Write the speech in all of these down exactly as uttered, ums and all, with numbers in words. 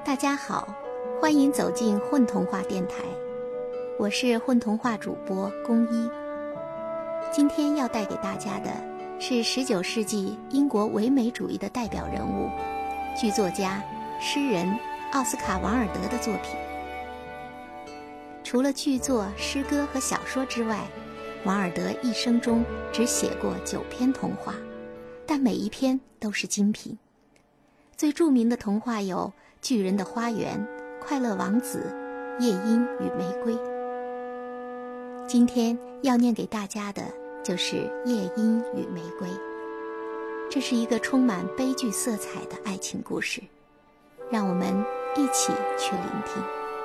大家好，欢迎走进混童话电台，我是混童话主播龚一。今天要带给大家的是十九世纪英国唯美主义的代表人物，剧作家、诗人奥斯卡·王尔德的作品。除了剧作、诗歌和小说之外，王尔德一生中只写过九篇童话，但每一篇都是精品。最著名的童话有《巨人的花园》、《快乐王子》、《夜莺与玫瑰》。今天要念给大家的就是《夜莺与玫瑰》，这是一个充满悲剧色彩的爱情故事，让我们一起去聆听。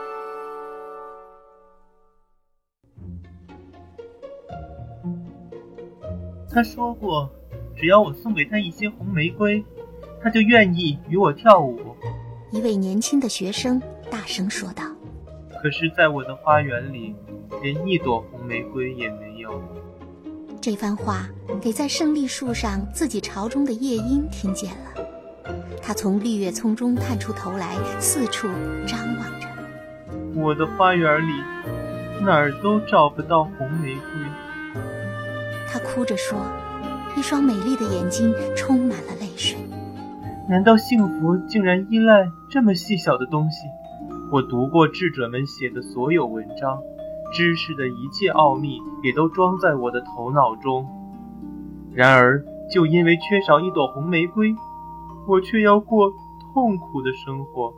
他说过，只要我送给他一些红玫瑰，他就愿意与我跳舞。 一位年轻的学生大声说道。 可是在我的花园里，连一朵红玫瑰也没有。 这番话给在胜利树上自己巢中的夜莺听见了，他从绿叶丛中探出头来，四处张望着。 我的花园里哪儿都找不到红玫瑰。 他哭着说，一双美丽的眼睛充满了泪水。 难道幸福竟然依赖这么细小的东西？我读过智者们写的所有文章，知识的一切奥秘也都装在我的头脑中。然而，就因为缺少一朵红玫瑰，我却要过痛苦的生活。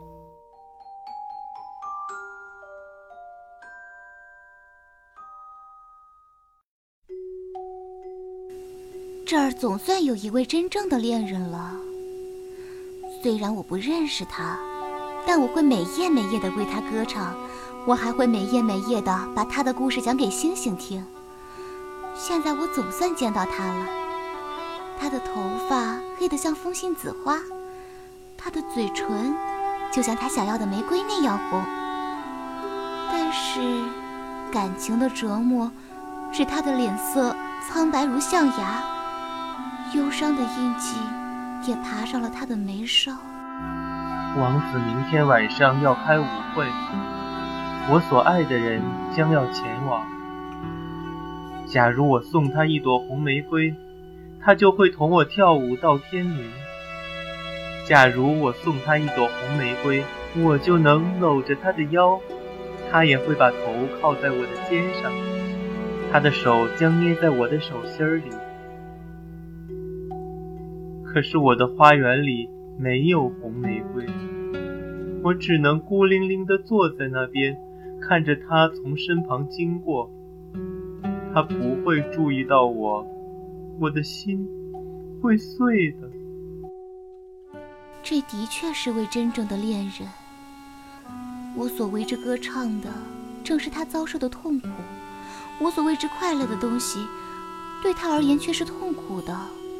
这儿总算有一位真正的恋人了。虽然我不认识他，但我会每夜每夜地为他歌唱，我还会每夜每夜地把他的故事讲给星星听。现在我总算见到他了，他的头发黑得像风信子花，他的嘴唇就像他想要的玫瑰那样红。但是感情的折磨使他的脸色苍白如象牙，忧伤的印记也爬上了他的眉梢。 王子明天晚上要开舞会，我所爱的人将要前往。假如我送他一朵红玫瑰，他就会同我跳舞到天明。假如我送他一朵红玫瑰，我就能搂着他的腰，他也会把头靠在我的肩上，他的手将捏在我的手心里。可是我的花园里没有红玫瑰，我只能孤零零地坐在那边，看着他从身旁经过。他不会注意到我，我的心会碎的。 这的确是位真正的恋人。我所为之歌唱的正是他遭受的痛苦，我所为之快乐的东西对他而言却是痛苦的。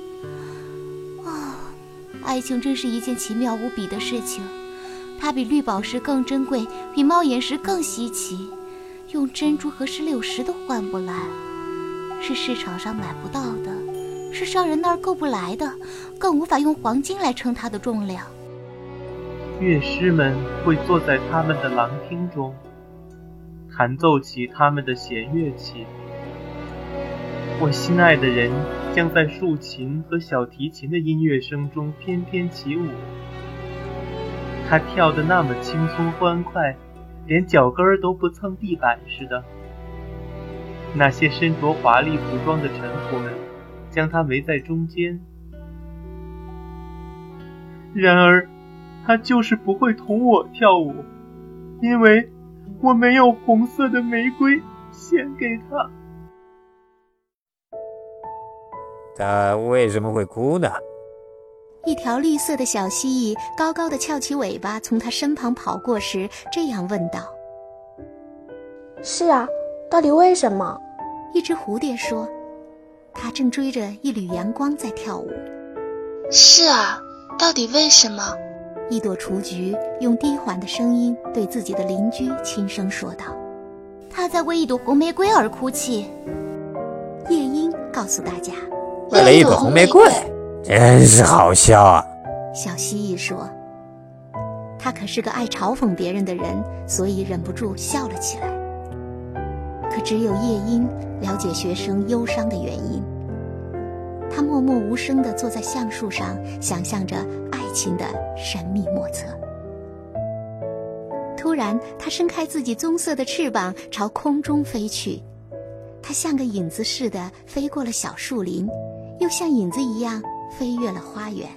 爱情真是一件奇妙无比的事情，它比绿宝石更珍贵，比猫眼石更稀奇，用珍珠和石榴石都换不来，是市场上买不到的，是商人那儿购不来的，更无法用黄金来称它的重量。 乐师们会坐在他们的廊厅中，弹奏起他们的弦乐器。我心爱的人将在竖琴和小提琴的音乐声中翩翩起舞。他跳得那么轻松欢快，连脚跟儿都不蹭地板似的。那些身着华丽服装的臣仆们将他围在中间。然而，他就是不会同我跳舞，因为我没有红色的玫瑰献给他。 他为什么会哭呢？ 一条绿色的小蜥蜴高高的翘起尾巴，从他身旁跑过时，这样问道。 是啊，到底为什么？ 一只蝴蝶说，它正追着一缕阳光在跳舞。 是啊，到底为什么？ 一朵雏菊用低缓的声音对自己的邻居轻声说道。 他在为一朵红玫瑰而哭泣。 夜莺告诉大家， 为了一朵红玫瑰，真是好笑啊！ 小蜥蜴说， 他可是个爱嘲讽别人的人，所以忍不住笑了起来。可只有夜莺了解学生忧伤的原因。他默默无声地坐在橡树上，想象着爱情的神秘莫测。突然，他伸开自己棕色的翅膀，朝空中飞去。他像个影子似的飞过了小树林，又像影子一样飞越了花园。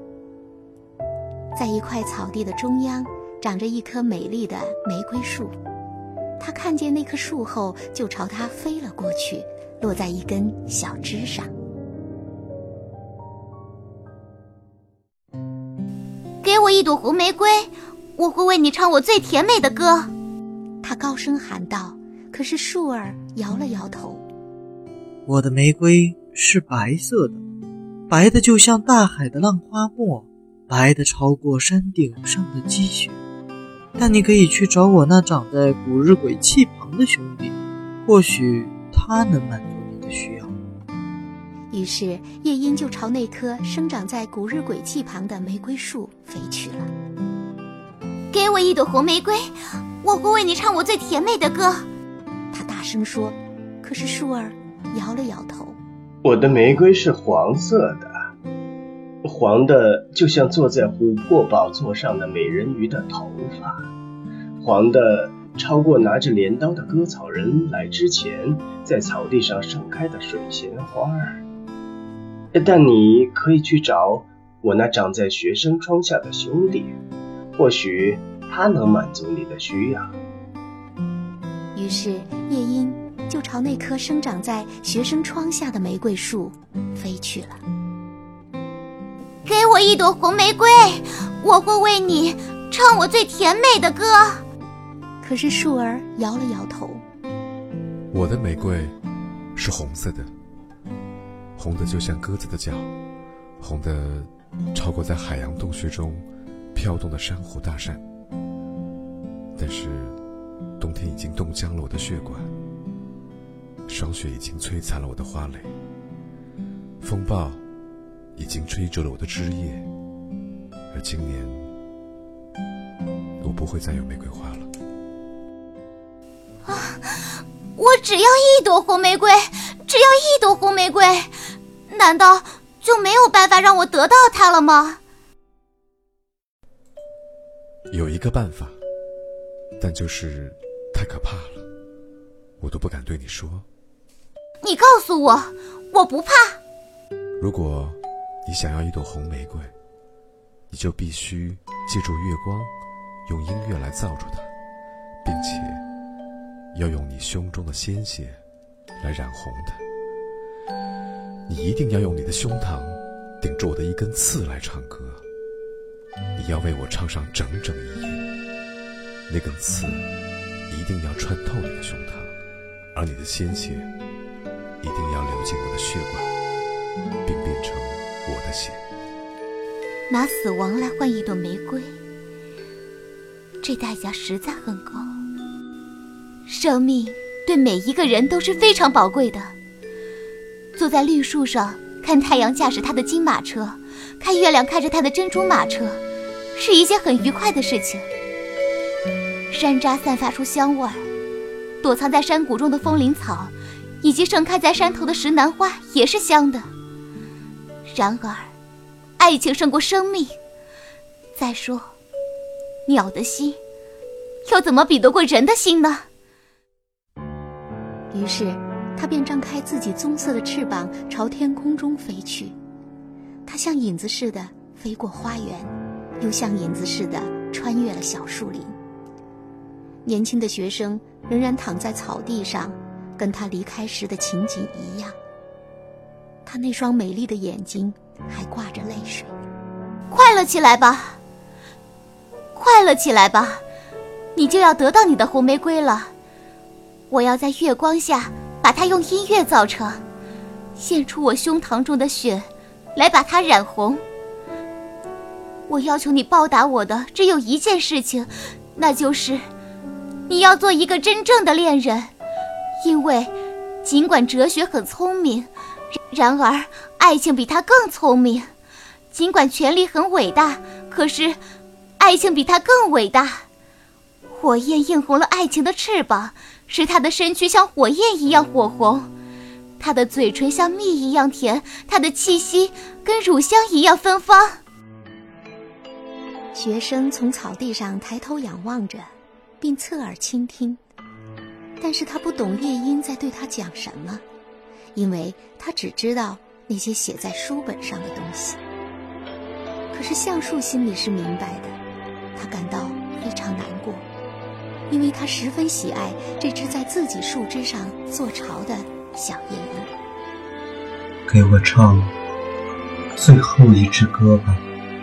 在一块草地的中央，长着一棵美丽的玫瑰树。他看见那棵树后，就朝它飞了过去，落在一根小枝上。 给我一朵红玫瑰，我会为你唱我最甜美的歌。 他高声喊道，可是树儿摇了摇头。 我的玫瑰是白色的，白的就像大海的浪花沫，白的超过山顶上的积雪。但你可以去找我那长在古日鬼泣旁的兄弟，或许他能满足你的需要。 于是夜莺就朝那棵生长在古日鬼泣旁的玫瑰树飞去了。 给我一朵红玫瑰，我会为你唱我最甜美的歌。 他大声说，可是树儿摇了摇头。 我的玫瑰是黄色的，黄的就像坐在琥珀宝座上的美人鱼的头发，黄的超过拿着镰刀的割草人来之前在草地上盛开的水仙花儿。但你可以去找我那长在学生窗下的兄弟，或许他能满足你的需要。 于是夜莺就朝那棵生长在学生窗下的玫瑰树飞去了。 给我一朵红玫瑰，我会为你唱我最甜美的歌。 可是树儿摇了摇头。 我的玫瑰是红色的，红的就像鸽子的脚，红的超过在海洋洞穴中飘动的珊瑚大山。但是冬天已经冻僵了我的血管，霜雪已经摧残了我的花蕾，风暴已经吹折了我的枝叶，而今年我不会再有玫瑰花了。 啊，我只要一朵红玫瑰，只要一朵红玫瑰，难道就没有办法让我得到它了吗？ 有一个办法，但就是太可怕了，我都不敢对你说。 你告诉我，我不怕。 如果你想要一朵红玫瑰，你就必须借助月光，用音乐来造出它，并且要用你胸中的鲜血来染红它。你一定要用你的胸膛顶住我的一根刺来唱歌，你要为我唱上整整一夜，那根刺一定要穿透你的胸膛，而你的鲜血一定要流进我的血管，并变成我的血。 拿死亡来换一朵玫瑰，这代价实在很高。生命对每一个人都是非常宝贵的。坐在绿树上，看太阳驾驶它的金马车，看月亮开着它的珍珠马车，是一件很愉快的事情。山楂散发出香味儿，躲藏在山谷中的风铃草，以及盛开在山头的石楠花也是香的。然而爱情胜过生命。再说，鸟的心又怎么比得过人的心呢？ 于是他便张开自己棕色的翅膀，朝天空中飞去。他像影子似的飞过花园，又像影子似的穿越了小树林。年轻的学生仍然躺在草地上，跟他离开时的情景一样。他那双美丽的眼睛还挂着泪水。 快乐起来吧，快乐起来吧，你就要得到你的红玫瑰了。我要在月光下把它用音乐造成，献出我胸膛中的血来把它染红。我要求你报答我的只有一件事情，那就是你要做一个真正的恋人。因为尽管哲学很聪明，然而爱情比它更聪明。尽管权力很伟大，可是爱情比它更伟大。火焰映红了爱情的翅膀，使它的身躯像火焰一样火红，它的嘴唇像蜜一样甜，它的气息跟乳香一样芬芳。 学生从草地上抬头仰望着，并侧耳倾听，但是他不懂夜莺在对他讲什么，因为他只知道那些写在书本上的东西。可是橡树心里是明白的，他感到非常难过，因为他十分喜爱这只在自己树枝上做巢的小夜莺。 给我唱最后一支歌吧，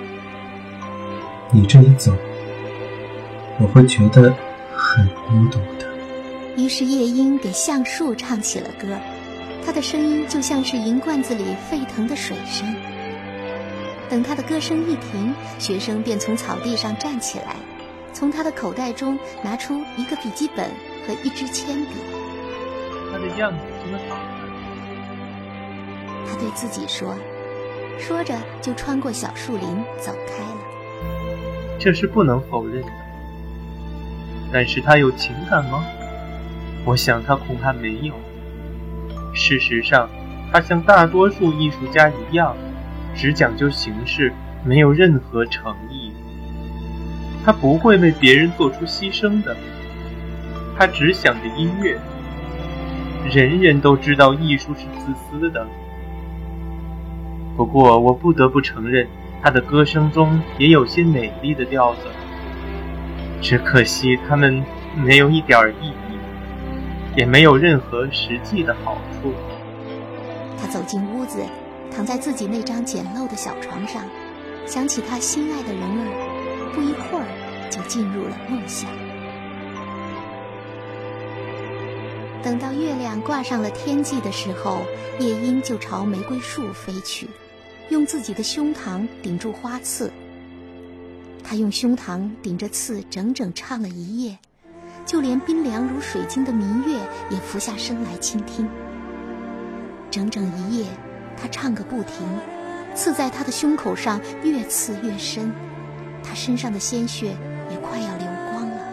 你这一走，我会觉得很孤独的。 于是夜莺给橡树唱起了歌，它的声音就像是银罐子里沸腾的水声。等他的歌声一停，学生便从草地上站起来，从他的口袋中拿出一个笔记本和一支铅笔。 他的样子真好看， 他对自己说，说着就穿过小树林走开了。 这是不能否认的。但是他有情感吗？我想他恐怕没有。事实上，他像大多数艺术家一样，只讲究形式，没有任何诚意。他不会为别人做出牺牲的，他只想着音乐。人人都知道艺术是自私的，不过我不得不承认，他的歌声中也有些美丽的调子，只可惜它们没有一点意义，也没有任何实际的好处。 他走进屋子，躺在自己那张简陋的小床上，想起他心爱的人儿，不一会儿就进入了梦乡。等到月亮挂上了天际的时候，夜莺就朝玫瑰树飞去，用自己的胸膛顶住花刺。他用胸膛顶着刺整整唱了一夜，就连冰凉如水晶的明月也俯下身来倾听。整整一夜，他唱个不停，刺在他的胸口上越刺越深，他身上的鲜血也快要流光了。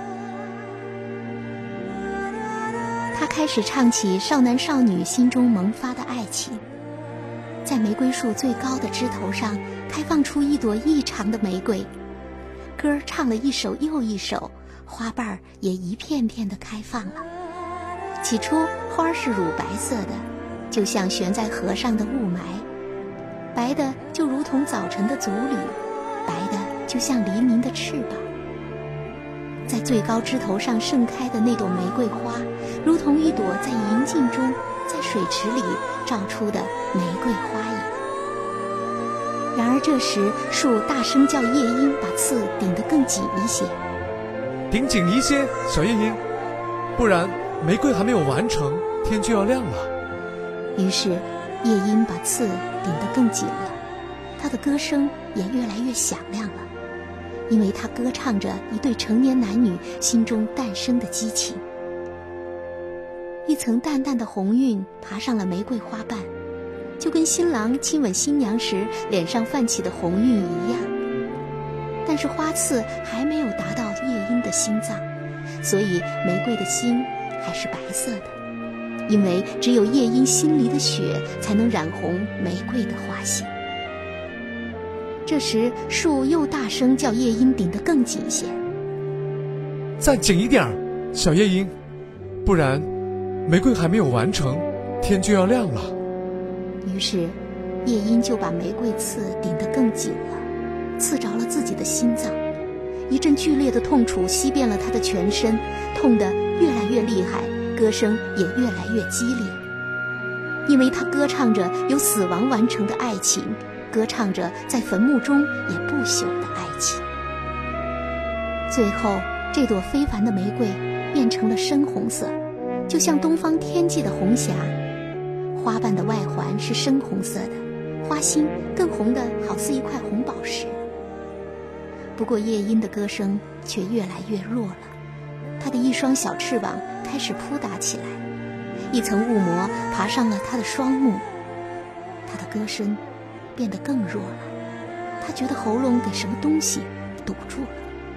他开始唱起少男少女心中萌发的爱情，在玫瑰树最高的枝头上开放出一朵异常的玫瑰，歌儿唱了一首又一首，花瓣也一片片地开放了。起初花是乳白色的，就像悬在河上的雾霾，白的就如同早晨的祖旅，白的就像黎明的翅膀。在最高枝头上盛开的那朵玫瑰花，如同一朵在银镜中在水池里照出的玫瑰花影。然而这时树大声叫夜莺把刺顶得更紧一些。 顶紧一些，小夜莺，不然玫瑰还没有完成，天就要亮了。 于是夜莺把刺顶得更紧了，它的歌声也越来越响亮了，因为它歌唱着一对成年男女心中诞生的激情。一层淡淡的红晕爬上了玫瑰花瓣，就跟新郎亲吻新娘时脸上泛起的红晕一样。但是花刺还没有达到夜莺的心脏，所以玫瑰的心还是白色的，因为只有夜莺心里的血才能染红玫瑰的花心。这时树又大声叫夜莺顶得更紧些， 再紧一点，小夜莺，不然玫瑰还没有完成，天就要亮了。 于是夜莺就把玫瑰刺顶得更紧了，刺着了自己的心脏。一阵剧烈的痛楚袭遍了他的全身，痛得越来越厉害，歌声也越来越激烈。因为他歌唱着由死亡完成的爱情，歌唱着在坟墓中也不朽的爱情。最后这朵非凡的玫瑰变成了深红色，就像东方天际的红霞。花瓣的外环是深红色的，花心更红得好似一块红宝石。不过夜莺的歌声却越来越弱了，它的一双小翅膀开始扑打起来，一层雾膜爬上了它的双目，它的歌声变得更弱了。他觉得喉咙给什么东西堵住了。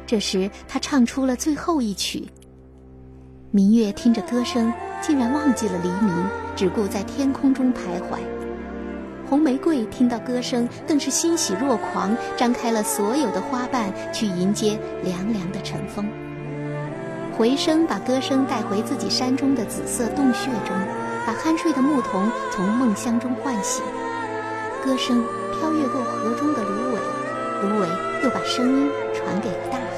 这时他唱出了最后一曲。明月听着歌声，竟然忘记了黎明，只顾在天空中徘徊。红玫瑰听到歌声，更是欣喜若狂，张开了所有的花瓣，去迎接凉凉的晨风。回声把歌声带回自己山中的紫色洞穴中，把酣睡的牧童从梦乡中唤醒。歌声飘越过河中的芦苇，芦苇又把声音传给了大海。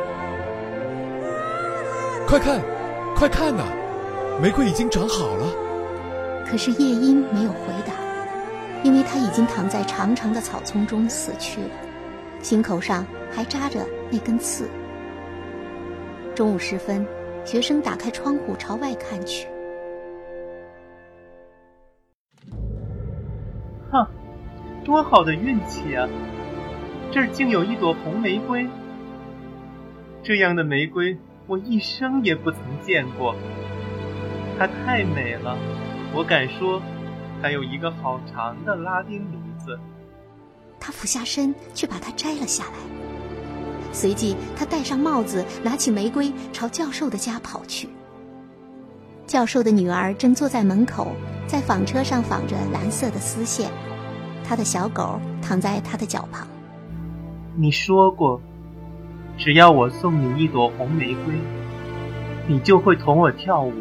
快看，快看呐、啊，玫瑰已经长好了。 可是夜莺没有回答，因为它已经躺在长长的草丛中死去了，心口上还扎着那根刺。中午时分，学生打开窗户朝外看去。 哼，多好的运气啊！这儿竟有一朵红玫瑰。这样的玫瑰我一生也不曾见过，它太美了，我敢说它有一个好长的拉丁名字。 他俯下身去把它摘了下来，随即他戴上帽子，拿起玫瑰朝教授的家跑去。教授的女儿正坐在门口，在纺车上纺着蓝色的丝线，他的小狗躺在他的脚旁。 你说过，只要我送你一朵红玫瑰，你就会同我跳舞。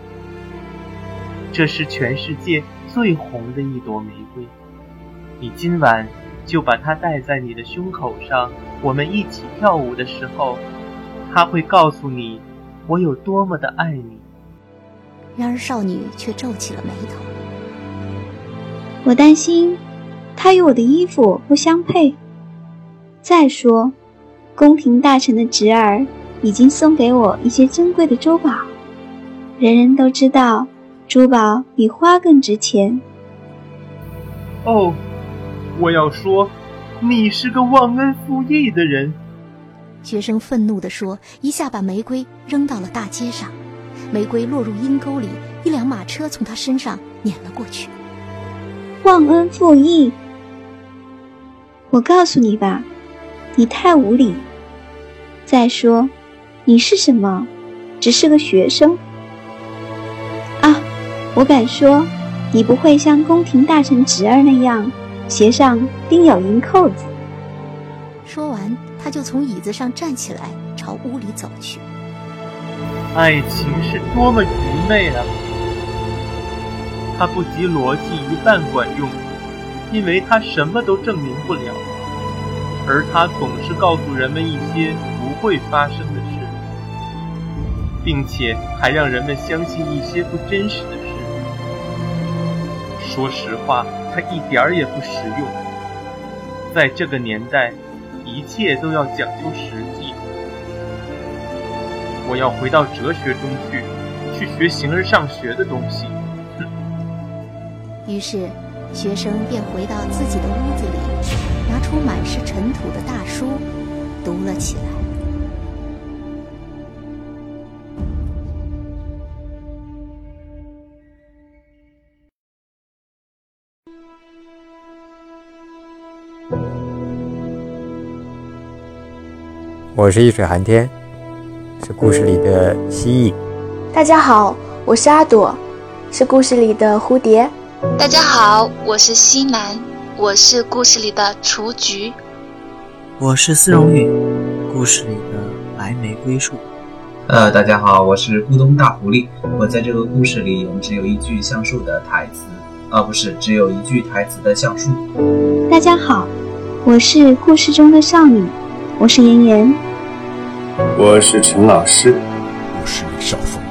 这是全世界最红的一朵玫瑰，你今晚就把它戴在你的胸口上，我们一起跳舞的时候，它会告诉你我有多么的爱你。 然而少女却皱起了眉头。 我担心它与我的衣服不相配。再说，宫廷大臣的侄儿已经送给我一些珍贵的珠宝，人人都知道珠宝比花更值钱。 哦，我要说，你是个忘恩负义的人。 学生愤怒地说，一下把玫瑰扔到了大街上，玫瑰落入阴沟里，一辆马车从他身上碾了过去。 忘恩负义！我告诉你吧，你太无礼。再说，你是什么？只是个学生。啊，我敢说，你不会像宫廷大臣侄儿那样鞋上钉有银扣子。 说完，他就从椅子上站起来，朝屋里走去。 爱情是多么愚昧啊！它不及逻辑一半管用，因为它什么都证明不了，而它总是告诉人们一些不会发生的事，并且还让人们相信一些不真实的事。说实话，它一点儿也不实用。在这个年代，一切都要讲究实际。我要回到哲学中去，去学形而上学的东西。哼！ 于是，学生便回到自己的屋子里，拿出满是尘土的大书，读了起来。 我是易水寒天，是故事里的蜥蜴。 大家好，我是阿朵，是故事里的蝴蝶。 大家好，我是西南，我是故事里的雏菊。 我是丝绒雨，故事里的白玫瑰树。 呃，大家好，我是咕咚大狐狸，我在这个故事里用只有一句橡树的台词，啊，不是，只有一句台词的橡树。 大家好，我是故事中的少女，我是妍妍。 我是陈老师， 我是少峰。